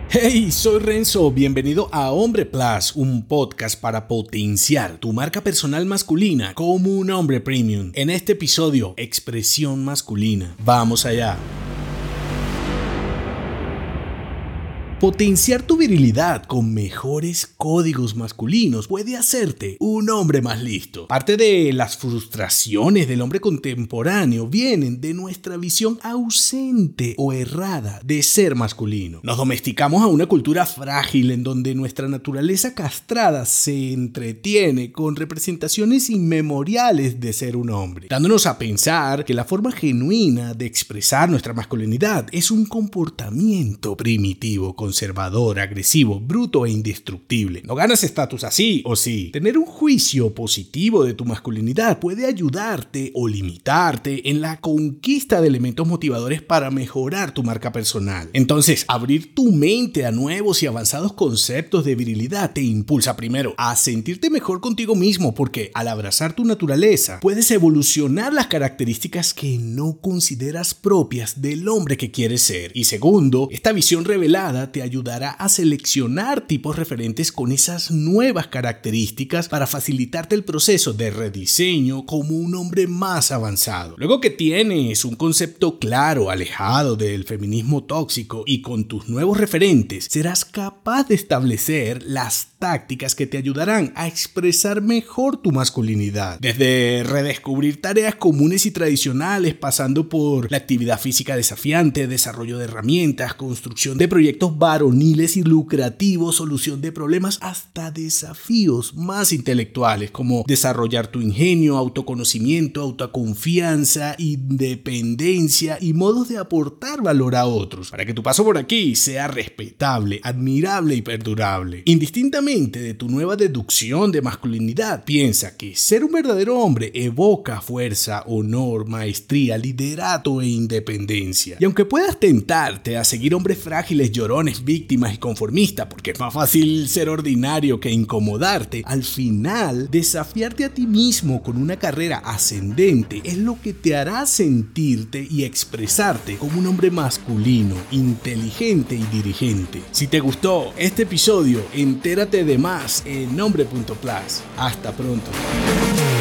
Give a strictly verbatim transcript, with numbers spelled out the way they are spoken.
Hey, soy Renzo, bienvenido a Hombre Plus, un podcast para potenciar tu marca personal masculina como un hombre premium. En este episodio, expresión masculina. Vamos allá. Potenciar tu virilidad con mejores códigos masculinos puede hacerte un hombre más listo. Parte de las frustraciones del hombre contemporáneo vienen de nuestra visión ausente o errada de ser masculino. Nos domesticamos a una cultura frágil en donde nuestra naturaleza castrada se entretiene con representaciones inmemoriales de ser un hombre, dándonos a pensar que la forma genuina de expresar nuestra masculinidad es un comportamiento primitivo, conservador, agresivo, bruto e indestructible. No ganas estatus así o sí. Tener un juicio positivo de tu masculinidad puede ayudarte o limitarte en la conquista de elementos motivadores para mejorar tu marca personal. Entonces, abrir tu mente a nuevos y avanzados conceptos de virilidad te impulsa primero a sentirte mejor contigo mismo, porque al abrazar tu naturaleza puedes evolucionar las características que no consideras propias del hombre que quieres ser. Y segundo, esta visión revelada te ayudará a seleccionar tipos referentes con esas nuevas características para facilitarte el proceso de rediseño como un hombre más avanzado. Luego que tienes un concepto claro, alejado del feminismo tóxico y con tus nuevos referentes, serás capaz de establecer las tácticas que te ayudarán a expresar mejor tu masculinidad. Desde redescubrir tareas comunes y tradicionales, pasando por la actividad física desafiante, desarrollo de herramientas, construcción de proyectos varoniles y lucrativos, solución de problemas, hasta desafíos más intelectuales como desarrollar tu ingenio, autoconocimiento, autoconfianza, independencia y modos de aportar valor a otros, para que tu paso por aquí sea respetable, admirable y perdurable. Indistintamente de tu nueva deducción de masculinidad, piensa que ser un verdadero hombre evoca fuerza, honor, maestría, liderato e independencia. Y aunque puedas tentarte a seguir hombres frágiles, llorones, víctimas y conformistas, porque es más fácil ser ordinario que incomodarte, al final, desafiarte a ti mismo con una carrera ascendente es lo que te hará sentirte y expresarte como un hombre masculino, inteligente y dirigente. Si te gustó este episodio, entérate de más en hombre punto plus. Hasta pronto.